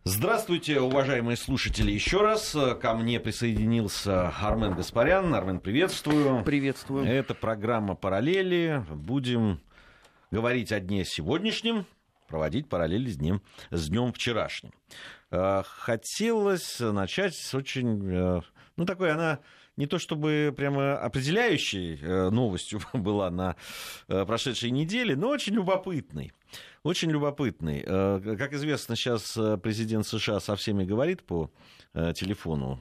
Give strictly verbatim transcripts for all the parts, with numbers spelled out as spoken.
Здравствуйте, уважаемые слушатели, еще раз. Ко мне присоединился Армен Гаспарян. Армен, приветствую. Приветствую. Это программа «Параллели». Будем говорить о дне сегодняшнем, проводить параллели с днем, с днем вчерашним. Хотелось начать с очень... Ну, такой она... Не то чтобы прямо определяющей новостью была на прошедшей неделе, но очень любопытной. Очень любопытный. Как известно, сейчас президент США со всеми говорит по телефону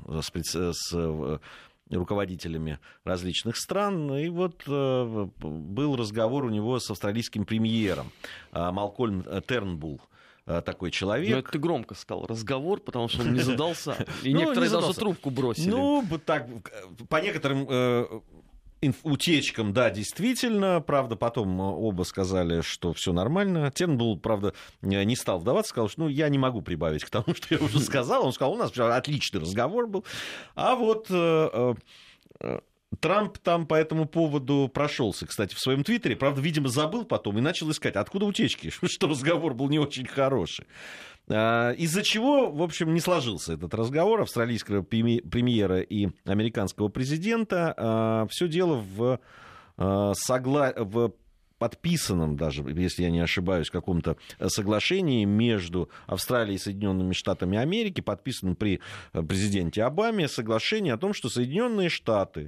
с руководителями различных стран. И вот был разговор у него с австралийским премьером Малкольм Тернбулл. Такой человек. Ну, это ты громко сказал. Разговор, потому что он не задался. И некоторые даже трубку бросили. Ну, так, по некоторым э, утечкам, да, действительно. Правда, потом оба сказали, что все нормально. Тернбулл, правда, не стал вдаваться, сказал, что ну, я не могу прибавить к тому, что я уже сказал. Он сказал, у нас отличный разговор был. А вот... Э, э, Трамп там по этому поводу прошелся, кстати, в своем твиттере. Правда, видимо, забыл потом и начал искать, откуда утечки, что разговор был не очень хороший. Из-за чего, в общем, не сложился этот разговор австралийского премьера и американского президента. Все дело в, согла... в подписанном даже, если я не ошибаюсь, каком-то соглашении между Австралией и Соединенными Штатами Америки, подписанном при президенте Обаме, соглашение о том, что Соединенные Штаты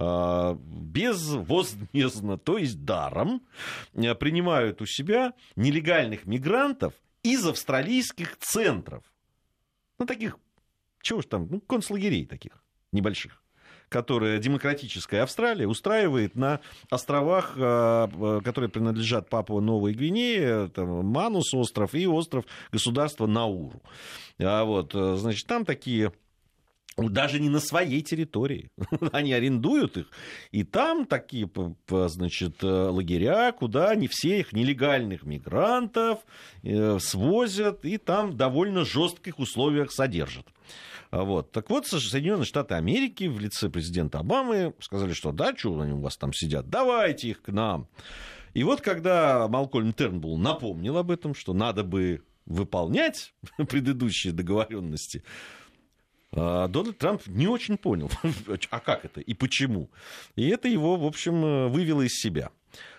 безвозмездно, то есть даром, принимают у себя нелегальных мигрантов из австралийских центров. Ну, таких, чего уж там, ну, концлагерей таких небольших, которые демократическая Австралия устраивает на островах, которые принадлежат Папуа-Новой Гвинее, там, Манус остров и остров государства Науру. А вот, значит, там такие... Даже не на своей территории. Они арендуют их. И там такие, значит, лагеря, куда не всех нелегальных мигрантов свозят и там в довольно жестких условиях содержат. Вот. Так вот, Соединенные Штаты Америки в лице президента Обамы сказали, что да, что они у вас там сидят, давайте их к нам. И вот когда Малкольм Тернбулл напомнил об этом, что надо бы выполнять предыдущие договоренности, Дональд Трамп не очень понял, а как это и почему. И это его, в общем, вывело из себя.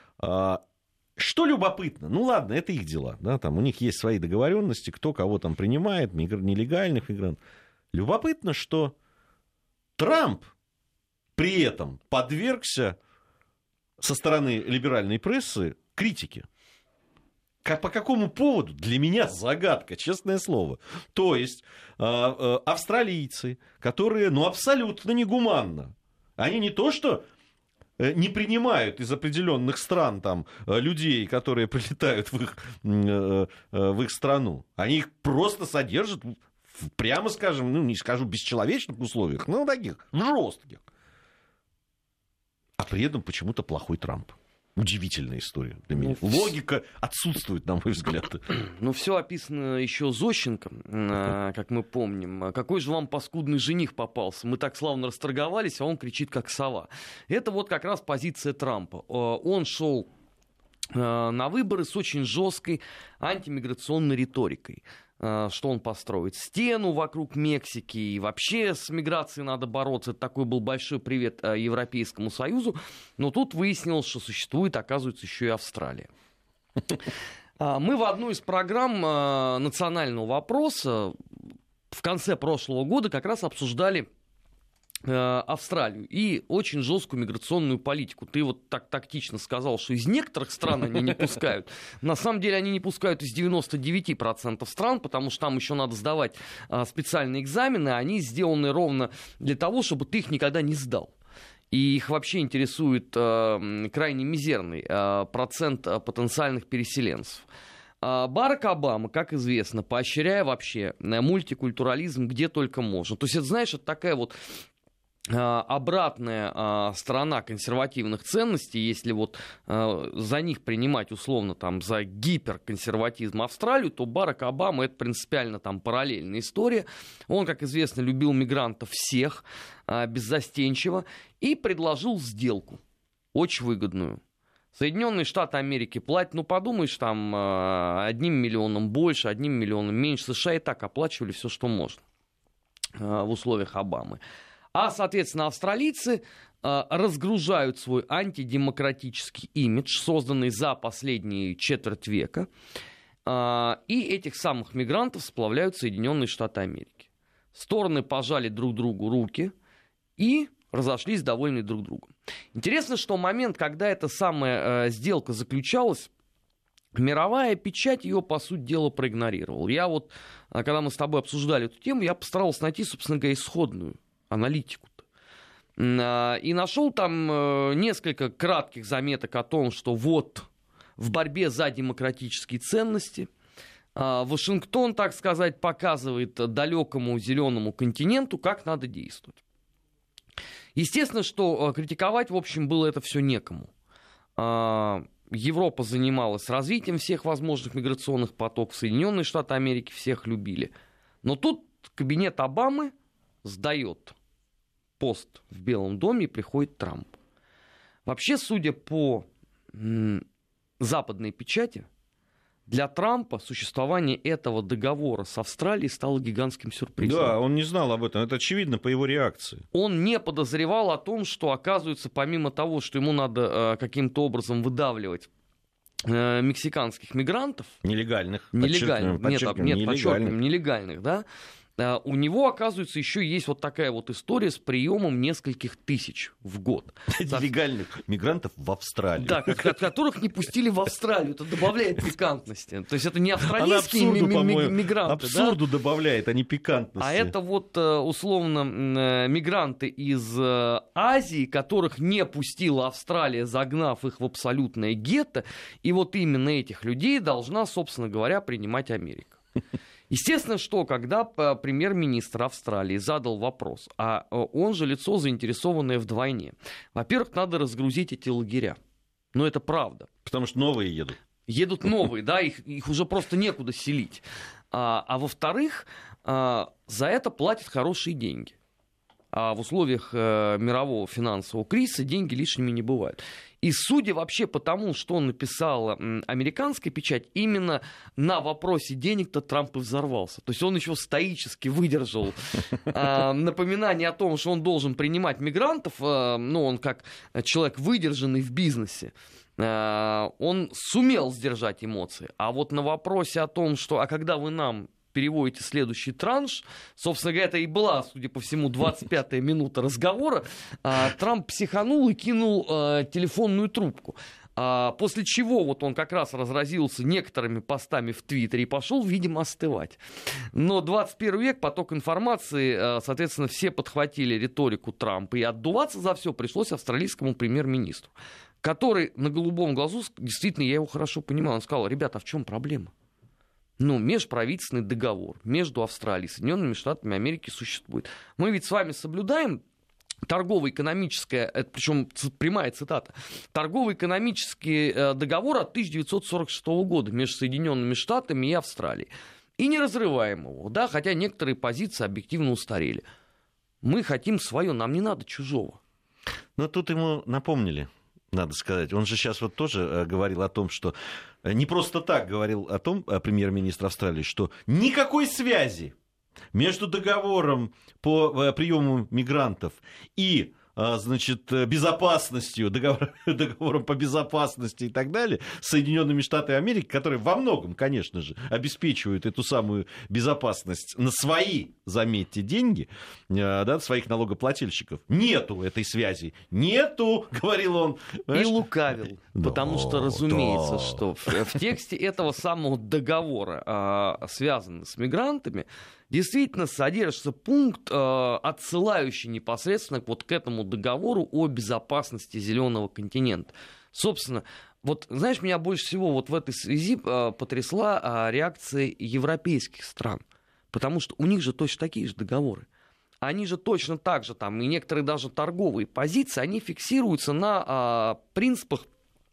Что любопытно, ну ладно, это их дела, да, там у них есть свои договоренности, кто кого там принимает, мигр... нелегальных мигрантов. Любопытно, что Трамп при этом подвергся со стороны либеральной прессы критике. По какому поводу? Для меня загадка, честное слово. То есть э, э, австралийцы, которые, ну, абсолютно негуманно, они не то что не принимают из определенных стран там людей, которые прилетают в их, э, в их страну, они их просто содержат, прямо скажем, ну, не скажу бесчеловечных условиях, но таких жестких. А при этом почему-то плохой Трамп. Удивительная история для меня. Ну, логика отсутствует, на мой взгляд. Ну, все описано еще Зощенком, как мы помним. Какой же вам паскудный жених попался? Мы так славно расторговались, а он кричит, как сова. Это вот как раз позиция Трампа. Он шел на выборы с очень жесткой антимиграционной риторикой. Что он построит стену вокруг Мексики, и вообще с миграцией надо бороться. Это такой был большой привет Европейскому Союзу. Но тут выяснилось, что существует, оказывается, еще и Австралия. Мы в одну из программ национального вопроса в конце прошлого года как раз обсуждали Австралию и очень жесткую миграционную политику. Ты вот так тактично сказал, что из некоторых стран они не пускают. На самом деле они не пускают из девяноста девяти процентов стран, потому что там еще надо сдавать специальные экзамены. Они сделаны ровно для того, чтобы ты их никогда не сдал. И их вообще интересует крайне мизерный процент потенциальных переселенцев. Барак Обама, как известно, поощряя вообще мультикультурализм где только можно. То есть, это, знаешь, это такая вот обратная сторона консервативных ценностей, если вот за них принимать условно там за гиперконсерватизм Австралию, то Барак Обама — это принципиально там параллельная история. Он, как известно, любил мигрантов всех беззастенчиво и предложил сделку очень выгодную. Соединенные Штаты Америки платят, ну, подумаешь, там, одним миллионом больше, одним миллионом меньше. США и так оплачивали все, что можно в условиях Обамы. А, соответственно, австралийцы разгружают свой антидемократический имидж, созданный за последние четверть века, и этих самых мигрантов сплавляют в Соединенные Штаты Америки. Стороны пожали друг другу руки и разошлись довольны друг другом. Интересно, что момент, когда эта самая сделка заключалась, мировая печать ее, по сути дела, проигнорировала. Я вот, когда мы с тобой обсуждали эту тему, я постарался найти, собственно говоря, исходную аналитику. И нашел там несколько кратких заметок о том, что вот в борьбе за демократические ценности Вашингтон, так сказать, показывает далекому зеленому континенту, как надо действовать. Естественно, что критиковать, в общем, было это все некому. Европа занималась развитием всех возможных миграционных потоков, Соединенные Штаты Америки всех любили. Но тут кабинет Обамы сдает пост в Белом доме, и приходит Трамп. Вообще, судя по м- западной печати, для Трампа существование этого договора с Австралией стало гигантским сюрпризом. Да, он не знал об этом, это очевидно по его реакции. Он не подозревал о том, что, оказывается, помимо того, что ему надо э, каким-то образом выдавливать э, мексиканских мигрантов... Нелегальных. Нелегальных, подчеркиваем, нет, подчеркиваем, нет, нелегальных. подчеркиваем, нелегальных, да. У него, оказывается, еще есть вот такая вот история с приемом нескольких тысяч в год. Нелегальных мигрантов в Австралию. Да, которых не пустили в Австралию. Это добавляет пикантности. То есть это не австралийские ми- ми- мигранты. Абсурду да? добавляет, а не пикантности. А это вот, условно, мигранты из Азии, которых не пустила Австралия, загнав их в абсолютное гетто. И вот именно этих людей должна, собственно говоря, принимать Америка. Естественно, что когда премьер-министр Австралии задал вопрос, а он же лицо, заинтересованное в войне. Во-первых, надо разгрузить эти лагеря. Но это правда. Потому что новые едут. Едут новые, да, их, их уже просто некуда селить. А, а во-вторых, а, за это платят хорошие деньги. А в условиях э, мирового финансового кризиса деньги лишними не бывают. И судя вообще по тому, что написала м, американская печать, именно на вопросе денег-то Трамп и взорвался. То есть он еще стоически выдержал э, напоминание о том, что он должен принимать мигрантов, э, ну, он как человек выдержанный в бизнесе, э, он сумел сдержать эмоции. А вот на вопросе о том, что, а когда вы нам переводите следующий транш, собственно говоря, это и была, судя по всему, двадцать пятая минута разговора, а, Трамп психанул и кинул а, телефонную трубку. А, после чего вот он как раз разразился некоторыми постами в Твиттере и пошел, видимо, остывать. Но двадцать первый век, поток информации, а, соответственно, все подхватили риторику Трампа, и отдуваться за все пришлось австралийскому премьер-министру, который на голубом глазу, действительно, я его хорошо понимаю, он сказал: ребята, а в чем проблема? Ну, межправительственный договор между Австралией и Соединенными Штатами Америки существует. Мы ведь с вами соблюдаем торгово-экономическое, это причем прямая цитата, торгово-экономический договор от тысяча девятьсот сорок шестого года между Соединенными Штатами и Австралией. И не разрываем его, да, хотя некоторые позиции объективно устарели. Мы хотим свое, нам не надо чужого. Но тут ему напомнили. Надо сказать. Он же сейчас вот тоже э, говорил о том, что... Не просто так говорил о том, э, премьер-министр Австралии, что никакой связи между договором по э, приему мигрантов и, э, значит, безопасностью, договор, договором по безопасности и так далее с Соединенными Штатами Америки, которые во многом, конечно же, обеспечивают эту самую безопасность на свои, заметьте, деньги, э, да, своих налогоплательщиков. Нету этой связи. Нету, говорил он. И лукавил. Да, потому что, разумеется, да. что в, в тексте этого самого договора, э, связанного с мигрантами, действительно содержится пункт, э, отсылающий непосредственно вот к этому договору о безопасности зеленого континента. Собственно, вот, знаешь, меня больше всего вот в этой связи э, потрясла э, реакция европейских стран. Потому что у них же точно такие же договоры. Они же точно так же, там, и некоторые даже торговые позиции, они фиксируются на э, принципах,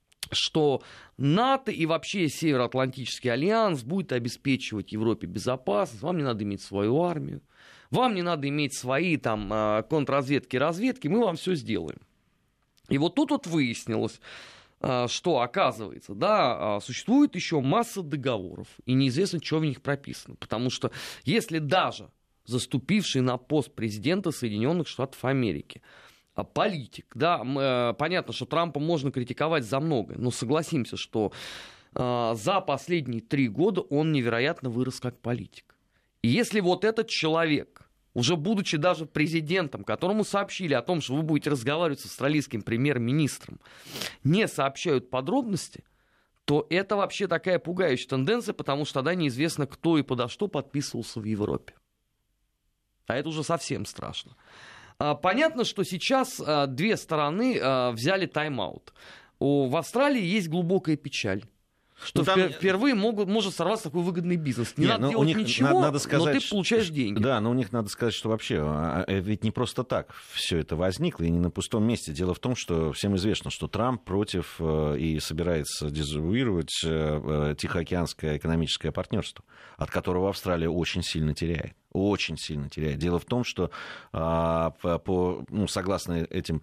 что НАТО и вообще Североатлантический альянс будет обеспечивать Европе безопасность. Вам не надо иметь свою армию, вам не надо иметь свои там контрразведки, разведки, мы вам все сделаем. И вот тут вот выяснилось, что, оказывается, да, существует еще масса договоров, и неизвестно, что в них прописано. Потому что если даже заступивший на пост президента Соединенных Штатов Америки политик, да, понятно, что Трампа можно критиковать за многое, но согласимся, что за последние три года он невероятно вырос как политик. И если вот этот человек, уже будучи даже президентом, которому сообщили о том, что вы будете разговаривать с австралийским премьер-министром, не сообщают подробности, то это вообще такая пугающая тенденция, потому что тогда неизвестно, кто и подо что подписывался в Европе. А это уже совсем страшно. Понятно, что сейчас две стороны взяли тайм-аут. В Австралии есть глубокая печаль. Что там... впервые могут, может сорваться такой выгодный бизнес. Не Нет, надо делать ничего, надо сказать, но ты получаешь деньги. Да, но у них надо сказать, что вообще ведь не просто так все это возникло, и не на пустом месте. Дело в том, что всем известно, что Трамп против и собирается дезавуировать Тихоокеанское экономическое партнерство, от которого Австралия очень сильно теряет. Очень сильно теряет. Дело в том, что по, ну, согласно этим,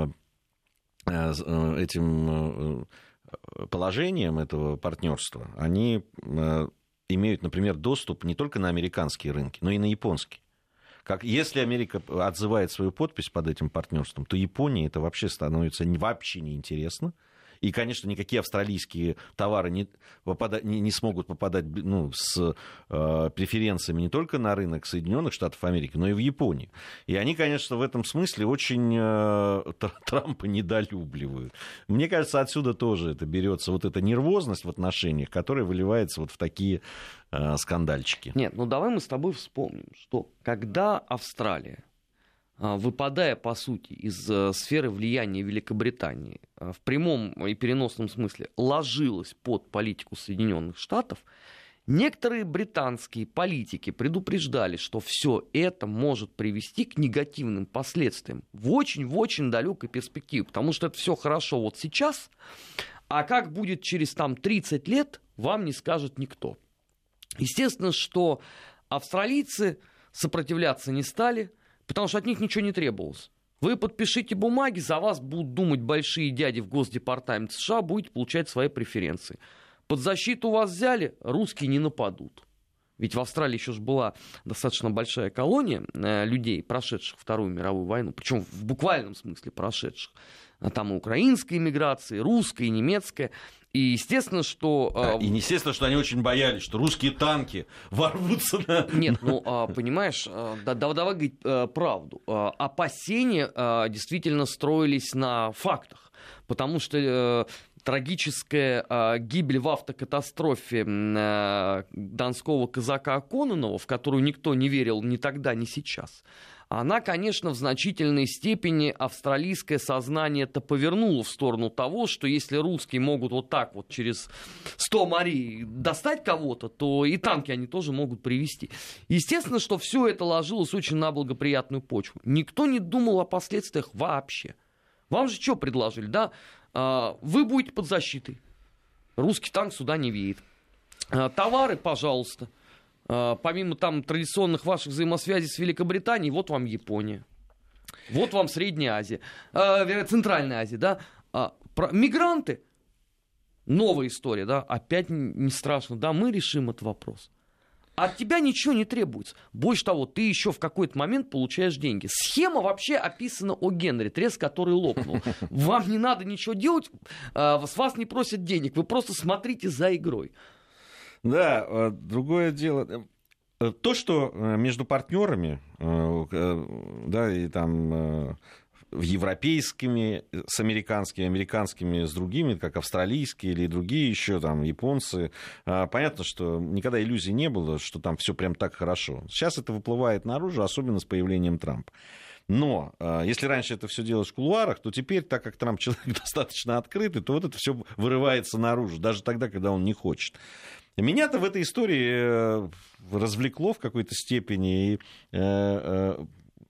этим положением этого партнерства, они э, имеют, например, доступ не только на американские рынки, но и на японские. Как, если Америка отзывает свою подпись под этим партнерством, то Японии это вообще становится вообще неинтересно. И, конечно, никакие австралийские товары не, попада... не, не смогут попадать, ну, с э, преференциями не только на рынок Соединенных Штатов Америки, но и в Японию. И они, конечно, в этом смысле очень э, Трампа недолюбливают. Мне кажется, отсюда тоже это берется, вот эта нервозность в отношениях, которая выливается вот в такие э, скандальчики. Нет, ну давай мы с тобой вспомним, что когда Австралия, выпадая, по сути, из э, сферы влияния Великобритании, э, в прямом и переносном смысле ложилась под политику Соединенных Штатов, некоторые британские политики предупреждали, что все это может привести к негативным последствиям в очень-в очень далекой перспективе, потому что это все хорошо вот сейчас, а как будет через там тридцать лет, вам не скажет никто. Естественно, что австралийцы сопротивляться не стали, потому что от них ничего не требовалось. Вы подпишите бумаги, за вас будут думать большие дяди в Госдепартаменте США, будете получать свои преференции. Под защиту вас взяли, русские не нападут. Ведь в Австралии еще же была достаточно большая колония э, людей, прошедших Вторую мировую войну, причем в буквальном смысле прошедших. А там и украинская иммиграция, и русская, и немецкая. И естественно, что... Да, э, и естественно, что они очень боялись, что русские танки ворвутся на... Нет, ну, э, понимаешь, э, да, давай говорить э, правду. Э, опасения э, действительно строились на фактах. Потому что э, трагическая э, гибель в автокатастрофе э, донского казака Кононова, в которую никто не верил ни тогда, ни сейчас, она, конечно, в значительной степени австралийское сознание-то повернуло в сторону того, что если русские могут вот так вот через сто морей достать кого-то, то и танки они тоже могут привезти. Естественно, что все это ложилось очень на благоприятную почву. Никто не думал о последствиях вообще. Вам же что предложили, да? Вы будете под защитой. Русский танк сюда не въедет. Товары, пожалуйста. Помимо там традиционных ваших взаимосвязей с Великобританией, вот вам Япония. Вот вам Средняя Азия. Центральная Азия, да? Мигранты. Новая история, да? Опять не страшно. Да, мы решим этот вопрос. От тебя ничего не требуется. Больше того, ты еще в какой-то момент получаешь деньги. Схема вообще описана о Генри, треск, который лопнул. Вам не надо ничего делать, с вас не просят денег. Вы просто смотрите за игрой. Да, другое дело. То, что между партнерами, да, и там европейскими, с американскими, американскими с другими, как австралийские или другие еще, там, японцы, понятно, что никогда иллюзий не было, что там все прям так хорошо. Сейчас это выплывает наружу, особенно с появлением Трампа. Но если раньше это все делалось в кулуарах, то теперь, так как Трамп человек достаточно открытый, то вот это все вырывается наружу, даже тогда, когда он не хочет. Меня-то в этой истории развлекло в какой-то степени и э, э,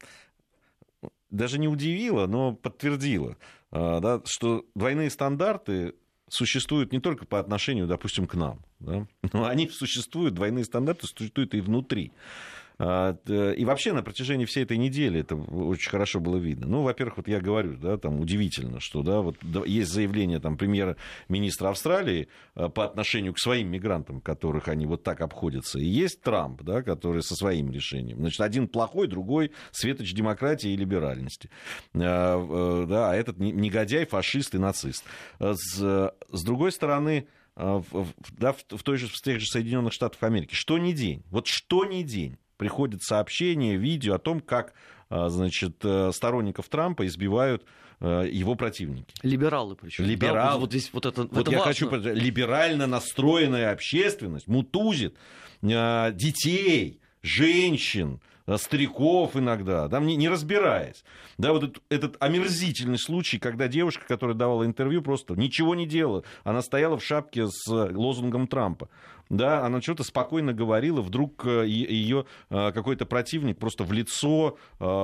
даже не удивило, но подтвердило, э, да, что двойные стандарты существуют не только по отношению, допустим, к нам, да, но они существуют, двойные стандарты существуют и внутри И вообще на протяжении всей этой недели это очень хорошо было видно. Ну, во-первых, вот я говорю, да, там удивительно, что, да, вот есть заявление там премьер-министра Австралии по отношению к своим мигрантам, которых они вот так обходятся, и есть Трамп, да, который со своим решением. Значит, один плохой, другой светоч демократии и либеральности. Да, а этот негодяй, фашист и нацист. С, с другой стороны, в, да, в, той же, в тех же Соединенных Штатах Америки, что ни день, вот что ни день приходят сообщения, видео о том, как, значит, сторонников Трампа избивают его противники. Либералы причем. Либералы. Да, вот здесь вот это, вот это я важно. хочу, либерально настроенная общественность мутузит детей, женщин, стариков иногда, да, не, не разбираясь. Да, вот этот, этот омерзительный случай, когда девушка, которая давала интервью, просто ничего не делала. Она стояла в шапке с лозунгом Трампа. Да, она что-то спокойно говорила, вдруг ее какой-то противник просто в лицо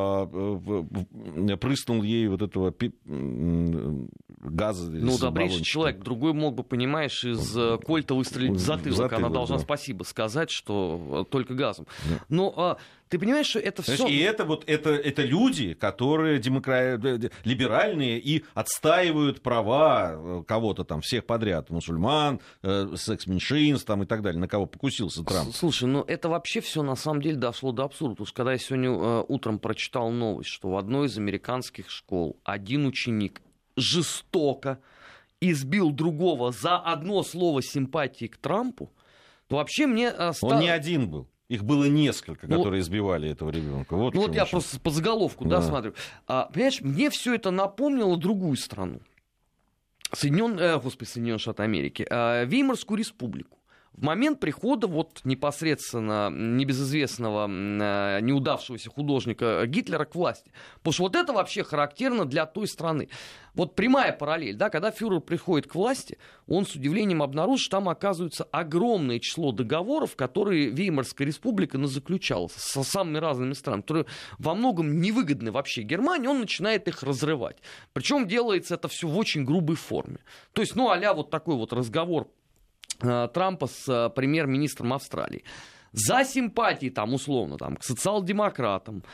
прыснул ей вот этого газа. Ну, добрейший человек. Другой мог бы, понимаешь, из кольта выстрелить в затылок. затылок она должна да. спасибо сказать, что только газом. Да. Но ты понимаешь, что это все... И это вот это, это люди, которые демокра... либеральные и отстаивают права кого-то там, всех подряд, мусульман, секс-меньшинств там, и так далее, на кого покусился Трамп. Слушай, ну это вообще все на самом деле дошло до абсурда. Уж когда я сегодня э, утром прочитал новость, что в одной из американских школ один ученик жестоко избил другого за одно слово симпатии к Трампу, то вообще мне... Э, ста... Он не один был. Их было несколько, ну, которые избивали этого ребенка. Вот, ну вот я просто по заголовку да. Да, смотрю. А, понимаешь, мне все это напомнило другую страну. Соединен... э, господи, Соединенные Штаты Америки. Э, Веймарскую республику. В момент прихода вот непосредственно небезызвестного, э, неудавшегося художника Гитлера к власти. Потому что вот это вообще характерно для той страны. Вот прямая параллель, да, когда фюрер приходит к власти, он с удивлением обнаружит, что там оказывается огромное число договоров, которые Веймарская республика заключала со самыми разными странами, которые во многом невыгодны вообще Германии, он начинает их разрывать. Причем делается это все в очень грубой форме. То есть, ну, а-ля вот такой вот разговор Трампа с премьер-министром Австралии. За симпатии, там, условно, там, к социал-демократам,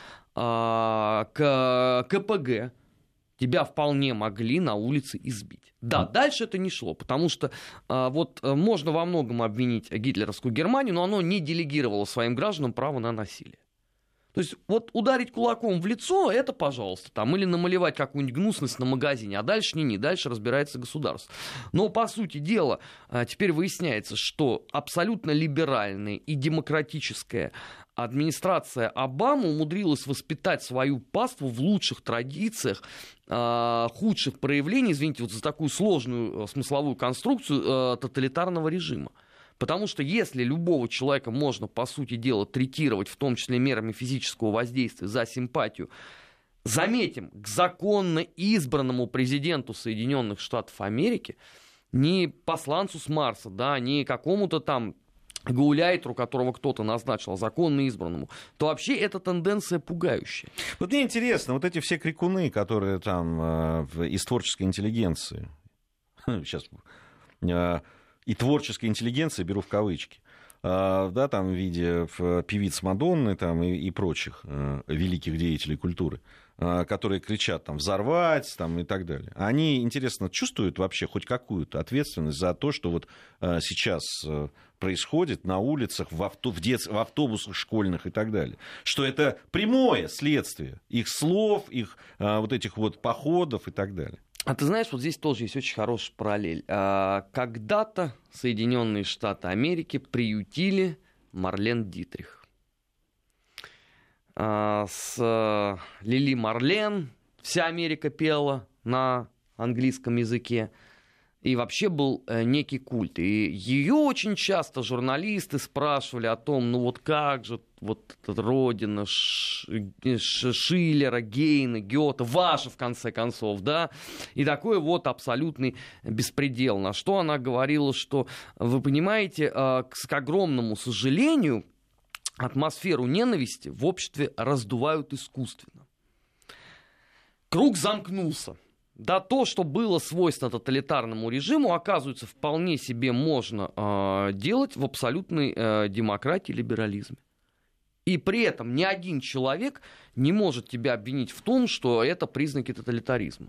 к КПГ тебя вполне могли на улице избить. Да, дальше это не шло, потому что вот можно во многом обвинить гитлеровскую Германию, но оно не делегировало своим гражданам право на насилие. То есть вот ударить кулаком в лицо, это пожалуйста, там, или намалевать какую-нибудь гнусность на магазине, а дальше не, не, дальше разбирается государство. Но, по сути дела, теперь выясняется, что абсолютно либеральная и демократическая администрация Обамы умудрилась воспитать свою паству в лучших традициях, худших проявлений, извините, вот за такую сложную смысловую конструкцию тоталитарного режима. Потому что если любого человека можно, по сути дела, третировать, в том числе мерами физического воздействия, за симпатию, заметим, к законно избранному президенту Соединенных Штатов Америки, не посланцу с Марса, да, не какому-то там гауляйтеру, которого кто-то назначил, а законно избранному, то вообще эта тенденция пугающая. Вот мне интересно, вот эти все крикуны, которые там э, из творческой интеллигенции, сейчас... Э, и творческой интеллигенции, беру в кавычки, да, там в виде певиц Мадонны там, и, и прочих великих деятелей культуры, которые кричат там, взорвать там, и так далее. Они, интересно, чувствуют вообще хоть какую-то ответственность за то, что вот сейчас происходит на улицах, в, авто, в, дет, в автобусах школьных и так далее? Что это прямое следствие их слов, их вот этих вот походов и так далее. А ты знаешь, вот здесь тоже есть очень хорошая параллель. Когда-то Соединенные Штаты Америки приютили Марлен Дитрих. С Лили Марлен вся Америка пела на английском языке. И вообще был некий культ. И ее очень часто журналисты спрашивали о том, ну вот как же вот эта родина Шиллера, Гейна, Гёте, ваша в конце концов, да? И такой вот абсолютный беспредел. На что она говорила, что, вы понимаете, к огромному сожалению, атмосферу ненависти в обществе раздувают искусственно. Круг замкнулся. Да, то, что было свойственно тоталитарному режиму, оказывается, вполне себе можно э, делать в абсолютной э, демократии, либерализме. И при этом ни один человек не может тебя обвинить в том, что это признаки тоталитаризма.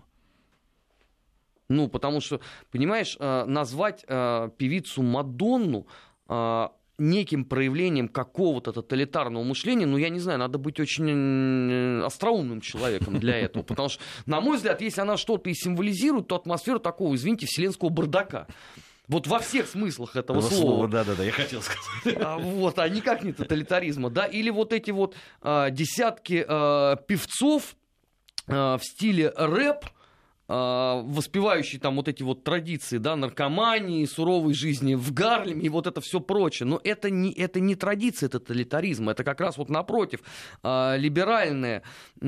Ну, потому что, понимаешь, назвать певицу Мадонну неким проявлением какого-то тоталитарного мышления, ну, я не знаю, надо быть очень остроумным человеком для этого. Потому что, на мой взгляд, если она что-то и символизирует, то атмосферу такого, извините, вселенского бардака. Вот во всех смыслах этого Этого слова. слова. Да-да-да, я хотел сказать. А, вот, а никак не тоталитаризма, да? Или вот эти вот а, десятки а, певцов а, в стиле рэп, воспевающий там вот эти вот традиции, да, наркомании, суровой жизни в Гарлеме и вот это все прочее. Но это не, это не традиция тоталитаризма, это как раз вот напротив либеральное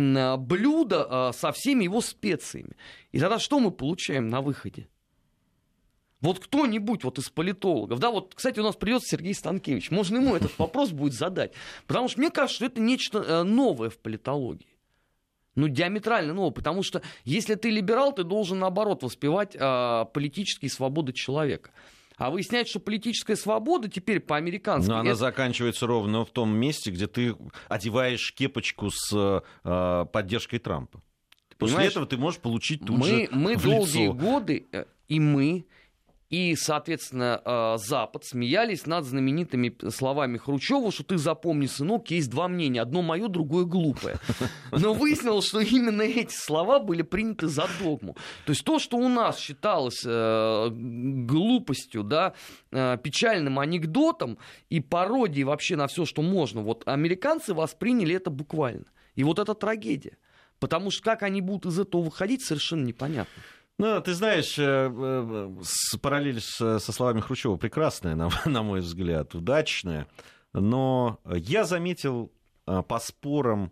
блюдо со всеми его специями. И тогда что мы получаем на выходе? Вот кто-нибудь вот из политологов, да, вот, кстати, у нас придется Сергей Станкевич, можно ему этот вопрос будет задать, потому что мне кажется, что это нечто новое в политологии. Ну, диаметрально новое, потому что если ты либерал, ты должен, наоборот, воспевать э, политические свободы человека. А выясняется, что политическая свобода теперь по-американски... Но она это... заканчивается ровно в том месте, где ты одеваешь кепочку с э, поддержкой Трампа. После Понимаешь, этого ты можешь получить тут мы, же мы в долгие лицо. годы, и мы, и, соответственно, Запад смеялись над знаменитыми словами Хрущева, что ты запомни, сынок, есть два мнения, одно мое, другое глупое. Но выяснилось, что именно эти слова были приняты за догму. То есть то, что у нас считалось э, глупостью, да, э, печальным анекдотом и пародией вообще на все, что можно, вот американцы восприняли это буквально. И вот это трагедия. Потому что как они будут из этого выходить, совершенно непонятно. Ну, ты знаешь, параллель со словами Хрущева прекрасная, на, на мой взгляд, удачная. Но я заметил по спорам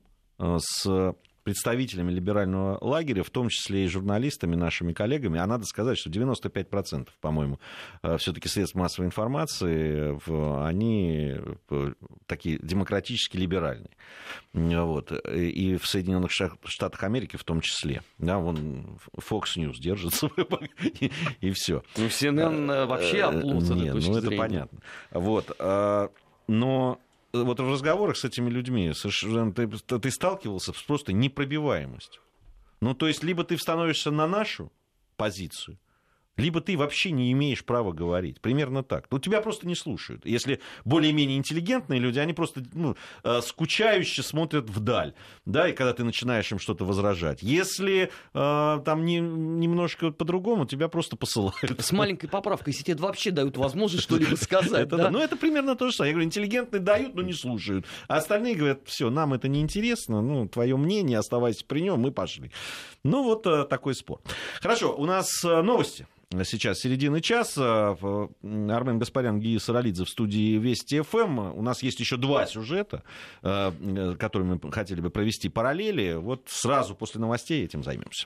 с представителями либерального лагеря, в том числе и журналистами, нашими коллегами, а надо сказать, что девяносто пять процентов, по-моему, все-таки средств массовой информации, они такие демократически либеральные. Вот. И в Соединенных Штатах Америки в том числе. Да, вон Fox News держится, и, и все. Ну, си эн эн вообще оплот с этой точки ну, зрения. это понятно. Вот. Но... Вот в разговорах с этими людьми совершенно ты, ты сталкивался с просто непробиваемостью. Ну, то есть, либо ты становишься на нашу позицию, либо ты вообще не имеешь права говорить. Примерно так. Ну, тебя просто не слушают. Если более-менее интеллигентные люди, они просто ну, скучающе смотрят вдаль, да, и когда ты начинаешь им что-то возражать. Если э, там не, немножко по-другому, тебя просто посылают. С маленькой поправкой, если тебе вообще дают возможность что-либо сказать. Это, да? Ну, это примерно то же самое. Я говорю, интеллигентные дают, но не слушают. А остальные говорят, все, нам это неинтересно, ну, твое мнение, оставайся при нем, мы пошли. Ну, вот э, такой спор. Хорошо, у нас э, новости. Сейчас середина часа. Армен Гаспарян, Гия Саралидзе в студии Вести ФМ. У нас есть еще два сюжета, которые мы хотели бы провести параллели. Вот сразу после новостей этим займемся.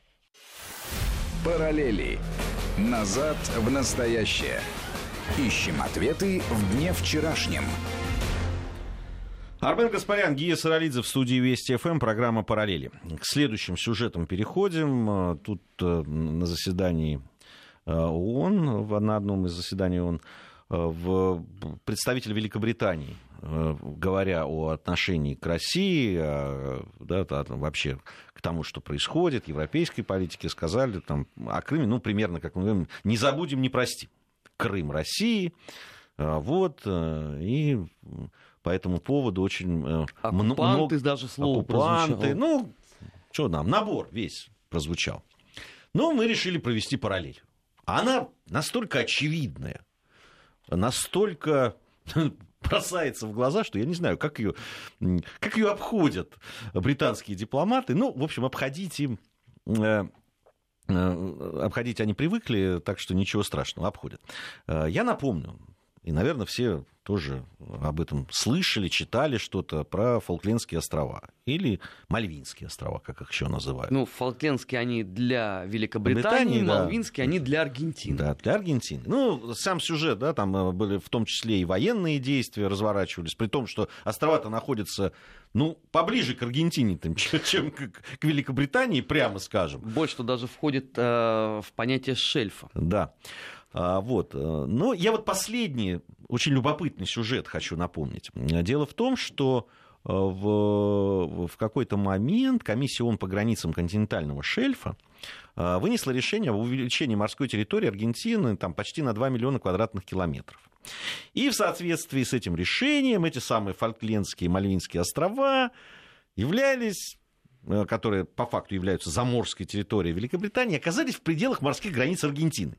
Параллели. Назад в настоящее. Ищем ответы в дне вчерашнем. Армен Гаспарян, Гия Саралидзе в студии Вести ФМ, программа «Параллели». К следующим сюжетам переходим. Тут на заседании ООН, на одном из заседаний ООН, в представитель Великобритании, говоря о отношении к России, да, вообще к тому, что происходит, европейской политике, сказали там, о Крыме, ну, примерно, как мы говорим, не забудем, не простим. Крым России, вот, и по этому поводу очень оккупанты, много... даже слово оккупанты, прозвучало. Ну, что нам, набор весь прозвучал. Но мы решили провести параллель. Она настолько очевидная, настолько бросается в глаза, что я не знаю, как ее, как ее обходят британские дипломаты. Ну, в общем, обходить им... Обходить они привыкли, так что ничего страшного, обходят. Я напомню, и, наверное, все тоже об этом слышали, читали что-то про Фолклендские острова. Или Мальвинские острова, как их еще называют. Ну, Фолклендские они для Великобритании, Британии, да. Мальвинские они для Аргентины. Да, для Аргентины. Ну, сам сюжет, да, там были в том числе и военные действия разворачивались, при том, что острова-то находятся, ну, поближе к Аргентине, чем к Великобритании, прямо скажем. Больше, что даже входит э, в понятие шельфа. Да. А, вот. Но я вот последний, очень любопытный сюжет хочу напомнить. Дело в том, что в, в какой-то момент комиссия ООН по границам континентального шельфа вынесла решение об увеличении морской территории Аргентины там, почти на два миллиона квадратных километров. И в соответствии с этим решением эти самые Фолклендские и Мальвинские острова являлись, которые по факту являются заморской территорией Великобритании, оказались в пределах морских границ Аргентины.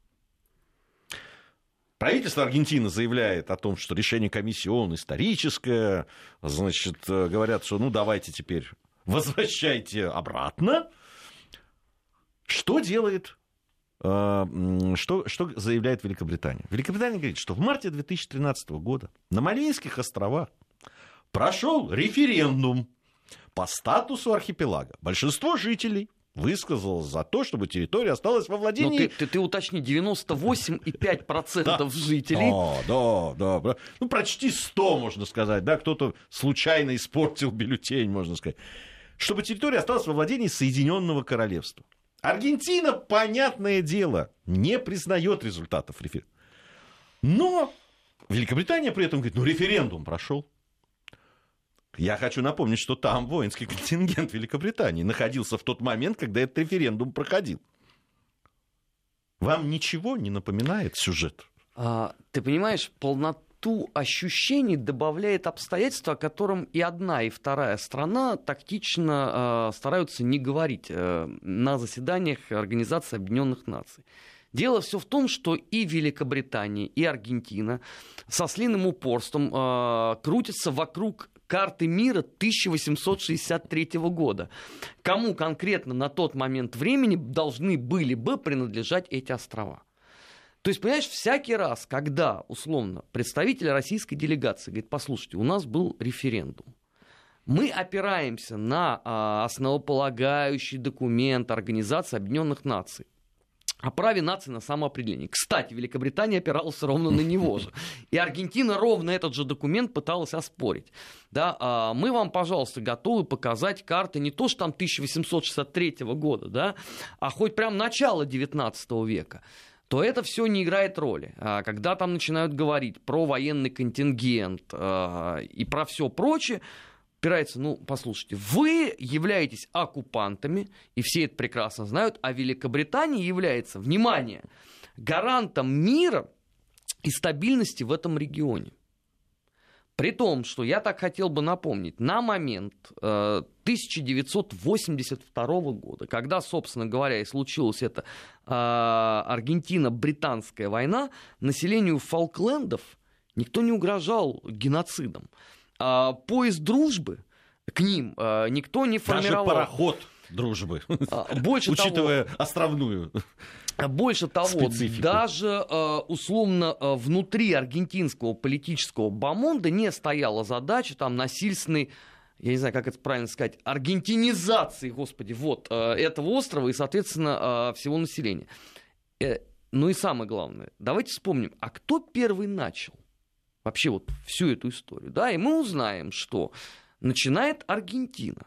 Правительство Аргентины заявляет о том, что решение комиссии ООН историческое, значит, говорят, что ну давайте теперь возвращайте обратно. Что делает, что, что заявляет Великобритания? Великобритания говорит, что в марте две тысячи тринадцатого года на Мальвинских островах прошел референдум по статусу архипелага. Большинство жителей высказалось за то, чтобы территория осталась во владении... Но ты, ты, ты уточни, девяносто восемь и пять десятых процента да. жителей. Да, да, да. Ну, почти сто, можно сказать. Да? Кто-то случайно испортил бюллетень, можно сказать. Чтобы территория осталась во владении Соединенного Королевства. Аргентина, понятное дело, не признает результатов референдума. Но Великобритания при этом говорит, ну, референдум прошел. Я хочу напомнить, что там воинский контингент Великобритании находился в тот момент, когда этот референдум проходил. Вам ничего не напоминает сюжет? А, ты понимаешь, полноту ощущений добавляет обстоятельство, о котором и одна, и вторая страна тактично э, стараются не говорить э, на заседаниях Организации Объединенных Наций. Дело все в том, что и Великобритания, и Аргентина со слиным упорством э, крутятся вокруг карты мира тысяча восемьсот шестьдесят третьего года. Кому конкретно на тот момент времени должны были бы принадлежать эти острова? То есть, понимаешь, всякий раз, когда, условно, представитель российской делегации говорит, послушайте, у нас был референдум, мы опираемся на а, основополагающий документ Организации Объединенных Наций о праве нации на самоопределение. Кстати, Великобритания опиралась ровно на него же. И Аргентина ровно этот же документ пыталась оспорить. Да, а мы вам, пожалуйста, готовы показать карты не то, что там тысяча восемьсот шестьдесят третьего года, да, а хоть прям начало девятнадцатого века. То это все не играет роли. А когда там начинают говорить про военный контингент а, и про все прочее, опирается, ну, послушайте, вы являетесь оккупантами, и все это прекрасно знают, а Великобритания является, внимание, гарантом мира и стабильности в этом регионе. При том, что я так хотел бы напомнить, на момент э, тысяча девятьсот восемьдесят второго года, когда, собственно говоря, и случилась эта э, Аргентино-британская война, населению Фолклендов никто не угрожал геноцидом. А, поезд дружбы к ним а, никто не формировал. Даже пароход дружбы, а, больше учитывая того, островную больше того, специфику. Даже а, условно а, внутри аргентинского политического бомонда не стояла задача там насильственной, я не знаю, как это правильно сказать, аргентинизации, господи, вот, а, этого острова и, соответственно, а, всего населения. Э, ну и самое главное, давайте вспомним, а кто первый начал вообще вот всю эту историю, да, и мы узнаем, что начинает Аргентина,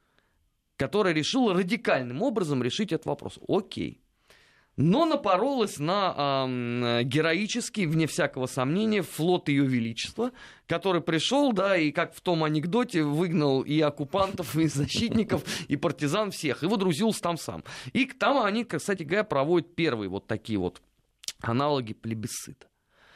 которая решила радикальным образом решить этот вопрос. Окей. Но напоролась на э, героический, вне всякого сомнения, флот Ее Величества, который пришел, да, и как в том анекдоте выгнал и оккупантов, и защитников, и партизан всех, и водрузился там сам. И там они, кстати говоря, проводят первые вот такие вот аналоги плебисцита.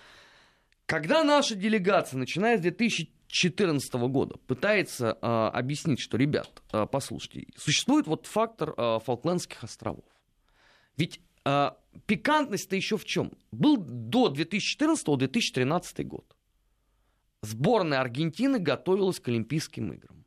Когда наша делегация, начиная с две тысячи четырнадцатого года, пытается э, объяснить, что, ребят, э, послушайте, существует вот фактор э, Фолклендских островов. Ведь э, пикантность-то еще в чем? Был до две тысячи четырнадцатого — две тысячи тринадцатый год. Сборная Аргентины готовилась к Олимпийским играм.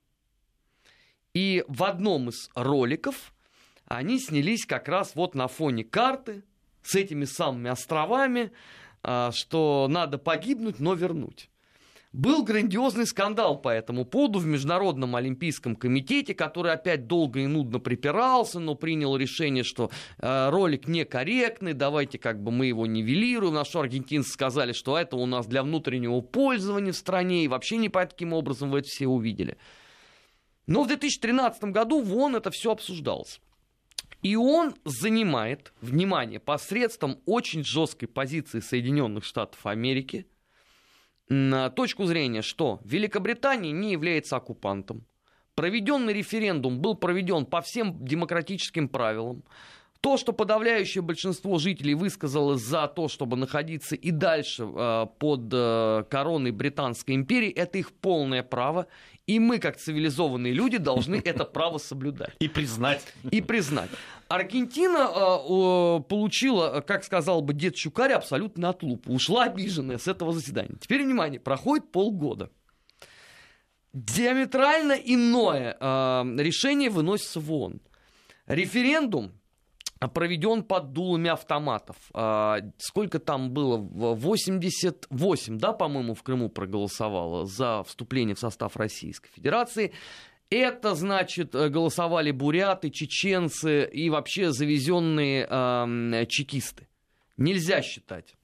И в одном из роликов они снялись как раз вот на фоне карты с этими самыми островами, что надо погибнуть, но вернуть. Был грандиозный скандал по этому поводу в Международном Олимпийском комитете, который опять долго и нудно припирался, но принял решение, что э, ролик некорректный, давайте как бы мы его нивелируем. Наши аргентинцы сказали, что это у нас для внутреннего пользования в стране, и вообще не по каким образом вы это все увидели. Но в две тысячи тринадцатом году в ООН это все обсуждалось. И он занимает, внимание, посредством очень жесткой позиции Соединенных Штатов Америки, на точку зрения, что Великобритания не является оккупантом. Проведенный референдум был проведен по всем демократическим правилам. То, что подавляющее большинство жителей высказалось за то, чтобы находиться и дальше э, под э, короной Британской империи, это их полное право. И мы, как цивилизованные люди, должны это право соблюдать. И признать. И признать. Аргентина э, получила, как сказал бы дед Щукарь, абсолютно отлупу. Ушла обиженная с этого заседания. Теперь, внимание, проходит полгода. Диаметрально иное э, решение выносится в ООН. Референдум проведен под дулами автоматов. Э, сколько там было? восемьдесят восемь, да, по-моему, в Крыму проголосовало за вступление в состав Российской Федерации. Это, значит, голосовали буряты, чеченцы и вообще завезенные э, чекисты. Нельзя считать.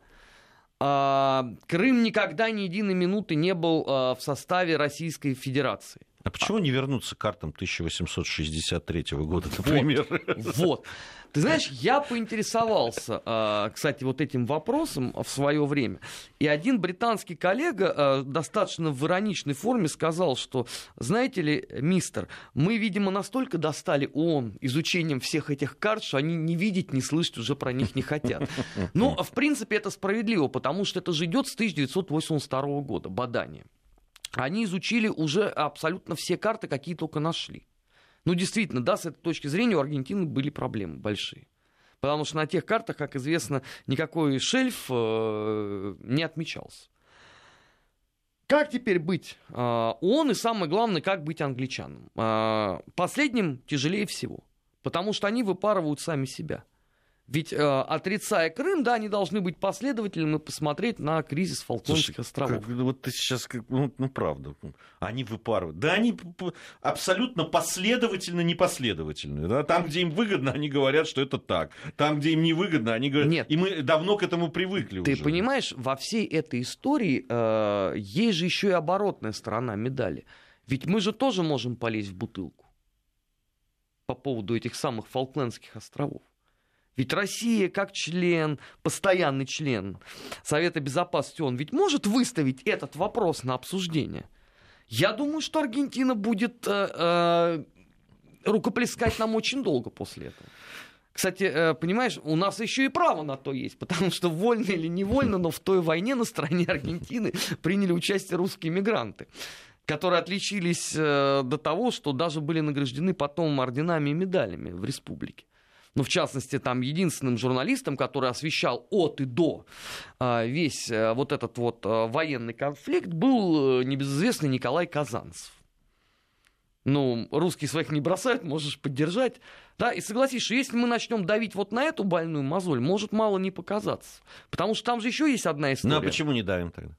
Крым никогда ни единой минуты не был в составе Российской Федерации. А почему не вернуться к картам тысяча восемьсот шестьдесят третьего года, например? Вот, вот. Ты знаешь, я поинтересовался, кстати, вот этим вопросом в свое время. И один британский коллега достаточно в ироничной форме сказал, что, знаете ли, мистер, мы, видимо, настолько достали ООН изучением всех этих карт, что они не видеть, не слышать уже про них не хотят. Но, в принципе, это справедливо, потому что это же идет с тысяча девятьсот восемьдесят второго года, бадание. Они изучили уже абсолютно все карты, какие только нашли. Ну, действительно, да, с этой точки зрения у Аргентины были проблемы большие. Потому что на тех картах, как известно, никакой шельф э, не отмечался. Как теперь быть э, ООН и, самое главное, как быть англичанам? Э, последним тяжелее всего, потому что они выпарывают сами себя. Ведь, э, отрицая Крым, да, они должны быть последовательными и посмотреть на кризис Фолклендских островов. Как, вот ты сейчас, как, ну, ну, правда, они выпарывают. Да, они абсолютно последовательно непоследовательные. Да? Там, где им выгодно, они говорят, что это так. Там, где им не выгодно, они говорят... Нет. И мы давно к этому привыкли ты уже. Ты понимаешь, во всей этой истории э, есть же еще и оборотная сторона медали. Ведь мы же тоже можем полезть в бутылку по поводу этих самых Фолклендских островов. Ведь Россия, как член, постоянный член Совета Безопасности ООН, ведь может выставить этот вопрос на обсуждение. Я думаю, что Аргентина будет э, э, рукоплескать нам очень долго после этого. Кстати, э, понимаешь, у нас еще и право на то есть, потому что вольно или невольно, но в той войне на стороне Аргентины приняли участие русские мигранты, которые отличились э, до того, что даже были награждены потом орденами и медалями в республике. Ну, в частности, там единственным журналистом, который освещал от и до э, весь э, вот этот вот э, военный конфликт, был э, небезызвестный Николай Казанцев. Ну, русские своих не бросают, можешь поддержать. Да, и согласись, что если мы начнем давить вот на эту больную мозоль, может мало не показаться. Потому что там же еще есть одна история. Ну, а почему не давим тогда?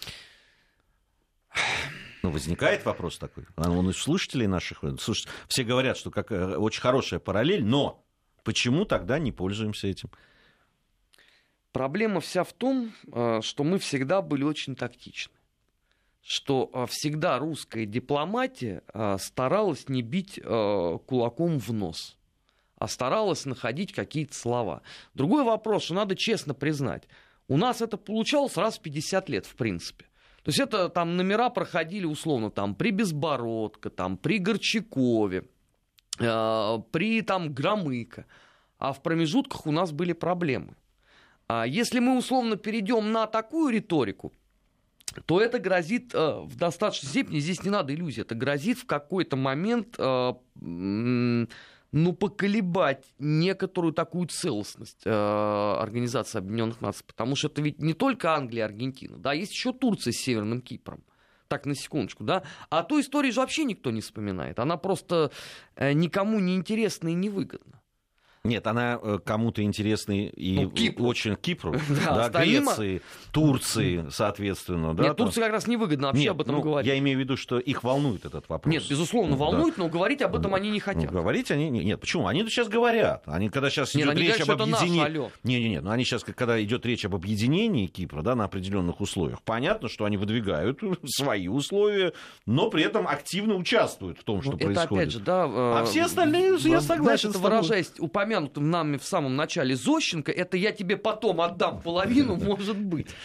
Ну, возникает вопрос такой. Он и слушателей наших... Слушайте, все говорят, что как, очень хорошая параллель, но... Почему тогда не пользуемся этим? Проблема вся в том, что мы всегда были очень тактичны. Что всегда русская дипломатия старалась не бить кулаком в нос, а старалась находить какие-то слова. Другой вопрос, что надо честно признать. У нас это получалось раз в пятьдесят лет, в принципе. То есть это там номера проходили условно там, при Безбородко, там, при Горчакове, при там Громыко, а в промежутках у нас были проблемы. А если мы условно перейдем на такую риторику, то это грозит в достаточной степени, здесь не надо иллюзий, это грозит в какой-то момент ну, поколебать некоторую такую целостность Организации Объединенных Наций, потому что это ведь не только Англия и Аргентина, да, есть еще Турция с Северным Кипром. Так, на секундочку, да? А ту историю же вообще никто не вспоминает. Она просто э, никому не интересна и невыгодна. Нет, она э, кому-то интересна и ну, Кипру. очень Кипру, да, да, Греции, Турции, соответственно. Да, Нет, там... Турции как раз невыгодно вообще Нет, об этом ну, говорить. Я имею в виду, что их волнует этот вопрос. Нет, безусловно, волнует, да. Но говорить об этом они не хотят. Ну, говорить они... Нет, почему? Они сейчас говорят. Они, когда сейчас идет Нет, речь говорят, об объединении... Нет, нет, нет, но они сейчас, когда идет речь об объединении Кипра, да, на определенных условиях, понятно, что они выдвигают свои условия, но при этом активно участвуют в том, что ну, происходит. Это опять же, да... А все остальные, я согласен. Это выражаясь упомянутым нами в самом начале Зощенко, это я тебе потом отдам половину, может быть.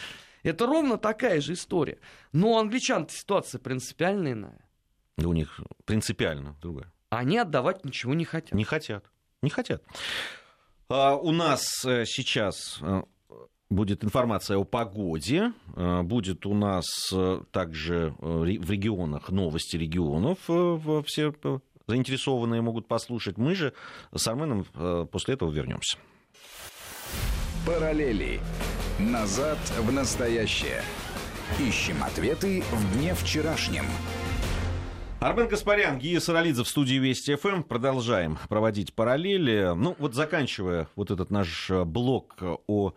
Это ровно такая же история. Но у англичан ситуация принципиально иная. Да у них принципиально другая. Они отдавать ничего не хотят. Не хотят. Не хотят. А, у нас сейчас будет информация о погоде. Будет у нас также в регионах новости регионов. Все заинтересованные могут послушать. Мы же с Арменом после этого вернемся. Параллели. Назад в настоящее. Ищем ответы в дне вчерашнем. Армен Гаспарян, Гия Саралидзе в студии Вести ФМ. Продолжаем проводить параллели. Ну, вот заканчивая вот этот наш блок о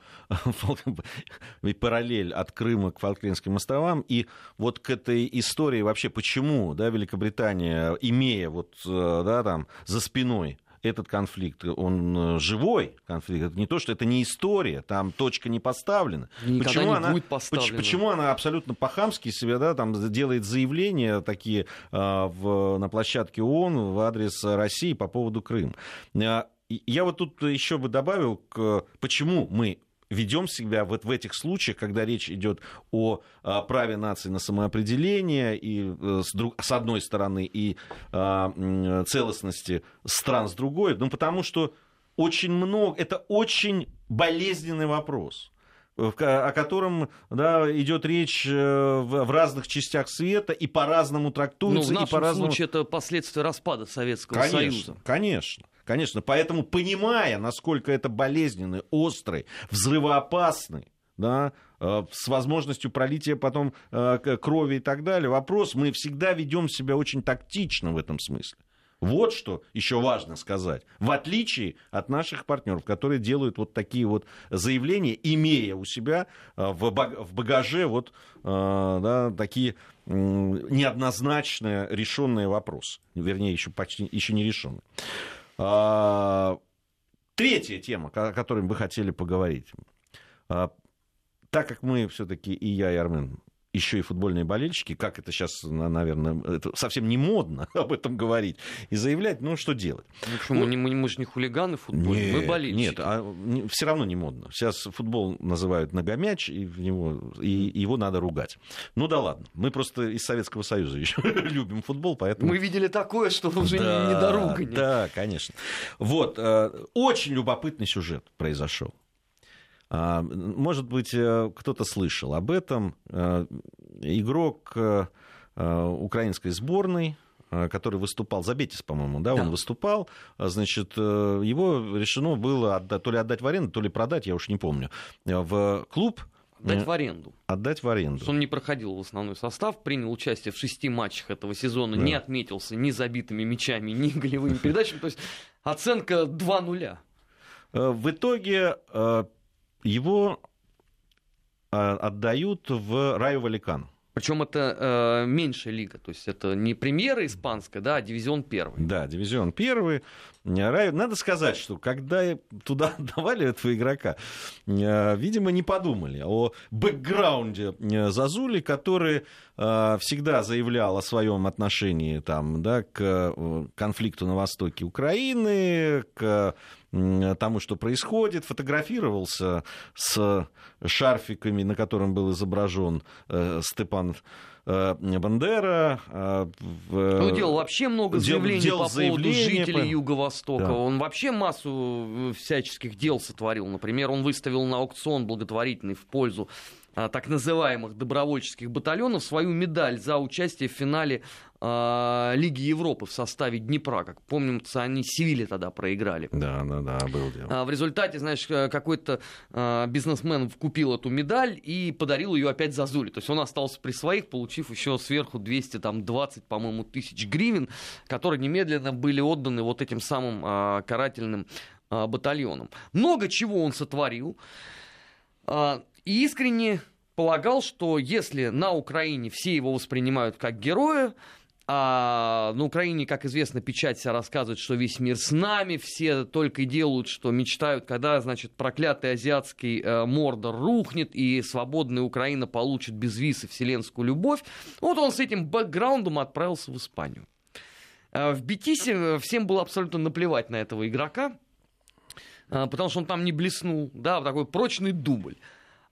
параллель от Крыма к Фолклендским островам, и вот к этой истории вообще, почему, да, Великобритания, имея вот, да, там, за спиной этот конфликт, он живой конфликт, это не то, что это не история, там точка не поставлена. Никогда почему не она, будет поставлена. Почему она абсолютно по-хамски себе, да, там делает заявления такие а, в, на площадке ООН в адрес России по поводу Крыма. А, я вот тут еще бы добавил, к, почему мы ведем себя вот в этих случаях, когда речь идет о а, праве нации на самоопределение, и, а, с, друг, с одной стороны, и а, целостности стран с другой, ну, потому что очень много, это очень болезненный вопрос, о котором, да, идет речь в, в разных частях света и по-разному трактуется. Ну, в нашем и по-разному... случае это последствия распада Советского конечно, Союза. Конечно. Конечно, поэтому, понимая, насколько это болезненный, острый, взрывоопасный, да, э, с возможностью пролития потом э, крови и так далее, вопрос, мы всегда ведем себя очень тактично в этом смысле. Вот что еще важно сказать. В отличие от наших партнеров, которые делают вот такие вот заявления, имея у себя э, в багаже вот, э, да, такие э, неоднозначно решенные вопросы. Вернее, еще почти еще не решенные. Третья тема, о которой мы хотели поговорить. Так как мы все-таки, и я, и Армен, еще и футбольные болельщики, как это сейчас, наверное, это совсем не модно об этом говорить и заявлять, ну что делать? Ну, почему? Вот. Мы, мы, мы же не хулиганы футбольные, мы болельщики. Нет, а, не, все равно не модно. Сейчас футбол называют ногомяч, и, в него, и его надо ругать. Ну да ладно, мы просто из Советского Союза еще любим футбол, поэтому... Мы видели такое, что уже да, не, не до ругания. Да, конечно. Вот, очень любопытный сюжет произошел. Может быть, кто-то слышал об этом. Игрок украинской сборной, который выступал, за Бетис, по-моему, да, да, он выступал, значит, его решено было отдать, то ли отдать в аренду, то ли продать, я уж не помню, в клуб. Отдать в аренду. Отдать в аренду. Он не проходил в основной состав, принял участие в шести матчах этого сезона, да. Не отметился ни забитыми мячами, ни голевыми передачами, то есть оценка два нуля. В итоге... его отдают в Райо Валлекано. Причем это э, меньшая лига, то есть это не премьера испанская, да, а дивизион первый. Да, дивизион первый. Надо сказать, что когда туда давали этого игрока, видимо, не подумали о бэкграунде Зозули, который всегда заявлял о своем отношении там, да, к конфликту на востоке Украины, к тому, что происходит, фотографировался с шарфиками, на котором был изображен Степан Бандера. Он делал вообще много заявлений дел, по поводу жителей по... Юго-Востока. Да. Он вообще массу всяческих дел сотворил. Например, он выставил на аукцион благотворительный в пользу так называемых добровольческих батальонов свою медаль за участие в финале э, Лиги Европы в составе Днепра. Как помнится, они Севиле тогда проиграли. Да, да, да, был дело. А в результате, знаешь, какой-то э, бизнесмен купил эту медаль и подарил ее опять Зозуле. То есть он остался при своих, получив еще сверху двести двадцать, по-моему, тысяч гривен, которые немедленно были отданы вот этим самым э, карательным э, батальонам. Много чего он сотворил. Э, И искренне полагал, что если на Украине все его воспринимают как героя, а на Украине, как известно, печать вся рассказывает, что весь мир с нами, все только и делают, что мечтают, когда, значит, проклятый азиатский э, Мордор рухнет, и свободная Украина получит без виз и вселенскую любовь, вот он с этим бэкграундом отправился в Испанию. Э, в Бетисе всем было абсолютно наплевать на этого игрока, э, потому что он там не блеснул, да, такой прочный дубль.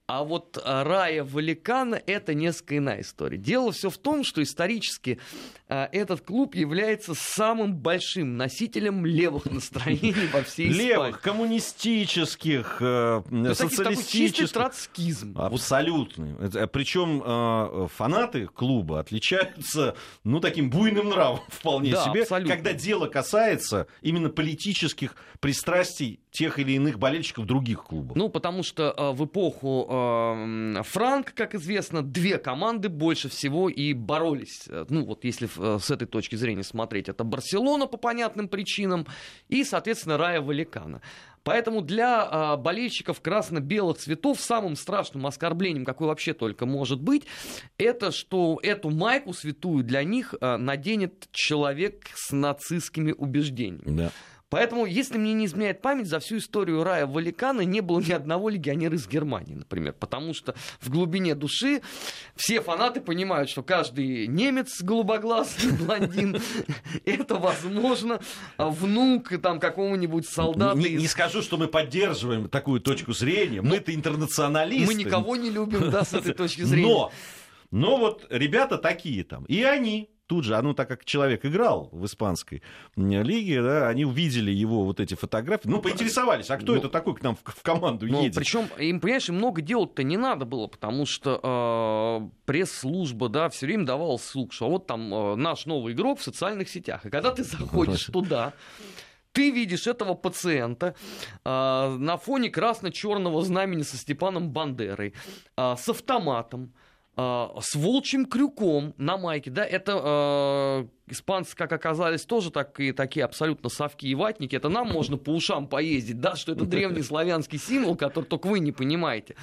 А вот Рая Валикана — это несколько иная история. Дело все в том, что исторически а, этот клуб является самым большим носителем левых настроений во всей Испании. Левых, коммунистических, э, ну, социалистических. Чистый троцкизм. Абсолютный. Причем э, фанаты клуба отличаются, ну, таким буйным нравом вполне да, себе, абсолютно. Когда дело касается именно политических пристрастий тех или иных болельщиков других клубов. Ну, потому что э, в эпоху э, Франко, как известно, две команды больше всего и боролись. Ну, вот если э, с этой точки зрения смотреть, это Барселона по понятным причинам и, соответственно, Рая Валикана. Поэтому для э, болельщиков красно-белых цветов самым страшным оскорблением, какое вообще только может быть, это что эту майку святую для них э, наденет человек с нацистскими убеждениями. Да. Поэтому, если мне не изменяет память, за всю историю Рая Валикана не было ни одного легионера из Германии, например. Потому что в глубине души все фанаты понимают, что каждый немец голубоглазый, блондин, это, возможно, внук там, какого-нибудь солдата. Не, из... не скажу, что мы поддерживаем такую точку зрения. Мы-то интернационалисты. Мы никого не любим, да, с этой точки зрения. Но, но вот ребята такие там. И они... Тут же, а ну так как человек играл в испанской лиге, да, они увидели его вот эти фотографии, ну, поинтересовались, а кто ну, это такой к нам в, в команду ну, едет? Причем, им, понимаешь, им много делать-то не надо было, потому что э, пресс-служба, да, все время давала ссылку, что вот там э, наш новый игрок в социальных сетях. И когда ты заходишь туда, ты видишь этого пациента э, на фоне красно-черного знамени со Степаном Бандерой, э, с автоматом, с волчьим крюком на майке, да, это э, испанцы, как оказались, тоже так, и такие абсолютно совки и ватники, это нам можно по ушам поездить, да, что это древний славянский символ, который только вы не понимаете.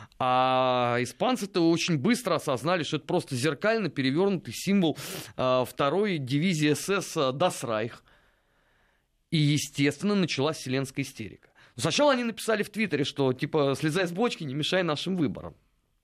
А испанцы-то очень быстро осознали, что это просто зеркально перевернутый символ э, второй дивизии СС Das Reich. И, естественно, началась вселенская истерика. Сначала они написали в Твиттере, что, типа, слезай с бочки, не мешай нашим выборам.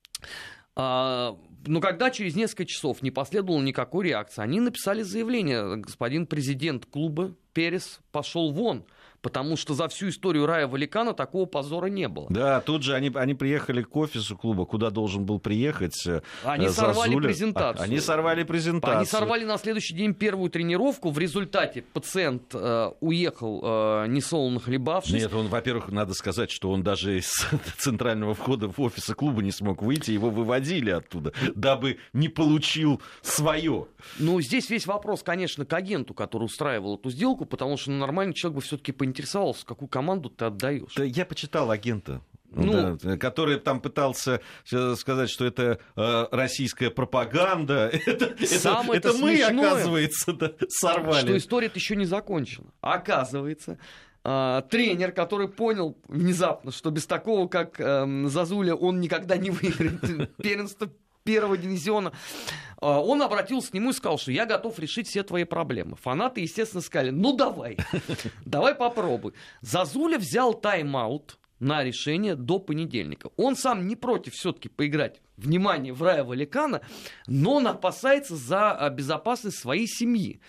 Но когда через несколько часов не последовало никакой реакции, они написали заявление: господин президент клуба Перес пошел вон, потому что за всю историю Рая Валикана такого позора не было. Да, тут же они, они приехали к офису клуба, куда должен был приехать Они сорвали Зазуля. презентацию. Они сорвали презентацию. Они сорвали на следующий день первую тренировку. В результате пациент э, уехал, э, несолоно хлебавшись. Нет, он, во-первых, надо сказать, что он даже из центрального входа в офис клуба не смог выйти. Его выводили оттуда, дабы не получил свое. Ну, здесь весь вопрос, конечно, к агенту, который устраивал эту сделку, потому что ну, нормальный человек бы все-таки поинтересовался, какую команду ты отдаешь. Да, я почитал агента. Ну, да, который там пытался сказать, что это э, российская пропаганда. Это, это, это мы, оказывается, да, сорвали. Что история-то еще не закончена. Оказывается, э, тренер, который понял внезапно, что без такого, как э, Зазуля, он никогда не выиграет первенство первого дивизиона, он обратился к нему и сказал, что я готов решить все твои проблемы. Фанаты, естественно, сказали, ну давай, давай попробуй. Зазуля взял тайм-аут на решение до понедельника. Он сам не против все-таки поиграть, внимание, в Рая Валикана, но он опасается за безопасность своей семьи.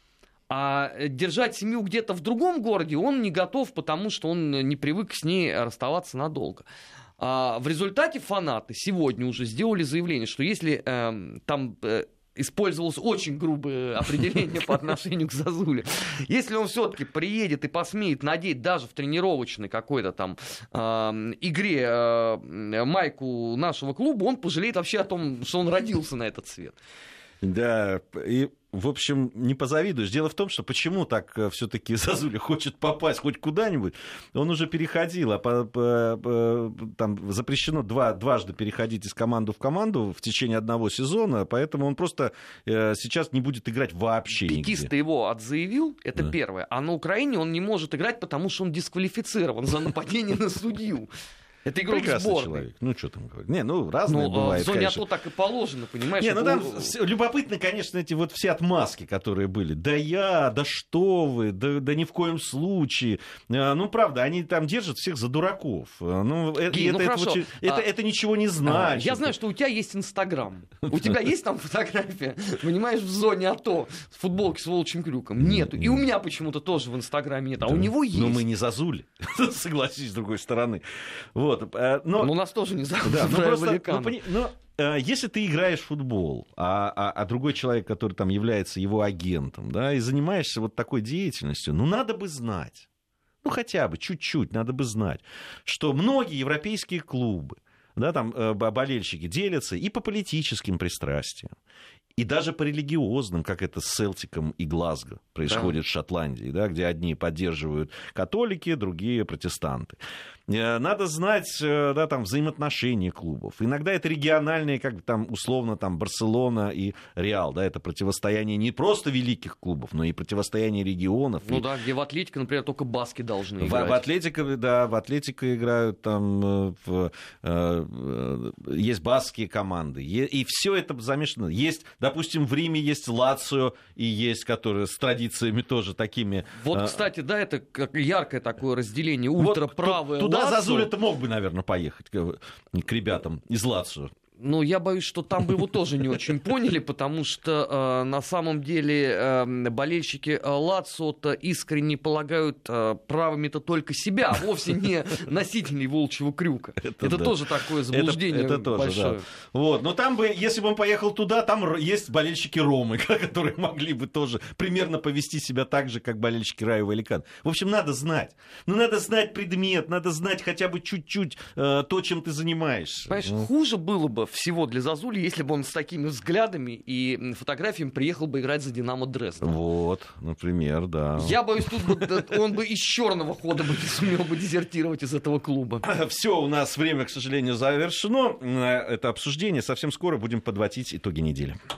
А держать семью где-то в другом городе он не готов, потому что он не привык с ней расставаться надолго. А в результате фанаты сегодня уже сделали заявление, что если э, там э, использовалось очень грубое определение по отношению к Зазуле, если он все-таки приедет и посмеет надеть даже в тренировочной какой-то там э, игре э, майку нашего клуба, он пожалеет вообще о том, что он родился на этот свет. Да, и, в общем, не позавидуешь. Дело в том, что почему так все-таки Зазуля хочет попасть хоть куда-нибудь. Он уже переходил, а по, по, по, там запрещено два, дважды переходить из команды в команду в течение одного сезона, поэтому он просто э, сейчас не будет играть вообще нигде. Пикист его отзаявил, это да. Первое. А на Украине он не может играть, потому что он дисквалифицирован за нападение на судью. Это игрок сборной. Человек. Ну, что там говорить. Не, ну, разное ну, бывает, в зоне конечно. АТО так и положено, понимаешь? Не, ну, там он... любопытно, конечно, эти вот все отмазки, которые были. Да я, да что вы, да, да ни в коем случае. Ну, правда, они там держат всех за дураков. Ну, Гей, это, ну, это, вот, это, а... это ничего не значит. Я знаю, что у тебя есть Инстаграм. У тебя есть там фотография, понимаешь, в зоне АТО с футболки с волчьим крюком? Нету. И у меня почему-то тоже в Инстаграме нет. А у него есть. Но мы не Зазули, согласись, с другой стороны. Вот. Вот, но... Но у нас тоже не зовут Да, ну, Израиль просто, Валиканов. ну, пони- но, э, если ты играешь в футбол, а, а, а другой человек, который там является его агентом, да, и занимаешься вот такой деятельностью, ну, надо бы знать, ну, хотя бы чуть-чуть надо бы знать, что многие европейские клубы, да, там э, болельщики делятся и по политическим пристрастиям, и даже по религиозным, как это с Селтиком и Глазго происходит да. в Шотландии, да, где одни поддерживают католики, другие протестанты. Надо знать, да, там, взаимоотношения клубов. Иногда это региональные, как там, условно, там, Барселона и Реал. Да, это противостояние не просто великих клубов, но и противостояние регионов. Ну и... да, где в Атлетико, например, только баски должны в, играть. В Атлетико, да, в Атлетико играют там... В, э, есть баскские команды. И все это замешано. Есть, допустим, в Риме есть Лацио, и есть, которые с традициями тоже такими... Вот, кстати, да, это как яркое такое разделение. Ультраправое вот, туда Лацио. Зазуля-то мог бы, наверное, поехать к, к ребятам из Лацио. Ну, я боюсь, что там бы его тоже не очень поняли, потому что э, на самом деле э, болельщики Лацио-то искренне полагают э, правыми-то только себя, а вовсе не носителей волчьего крюка. Это, это да. тоже такое заблуждение это, это тоже, большое. Да. Вот. Но там бы, если бы он поехал туда, там есть болельщики Ромы, которые могли бы тоже примерно повести себя так же, как болельщики Райо Валикано. В общем, надо знать. Ну, надо знать предмет, надо знать хотя бы чуть-чуть э, то, чем ты занимаешься. Понимаешь, ну. хуже было бы всего для Зазули, если бы он с такими взглядами и фотографиями приехал бы играть за Динамо Дрезден. Вот, например, да. Я боюсь, тут бы, он бы из черного хода бы не сумел бы дезертировать из этого клуба. Все, у нас время, к сожалению, завершено. Это обсуждение. Совсем скоро будем подводить итоги недели.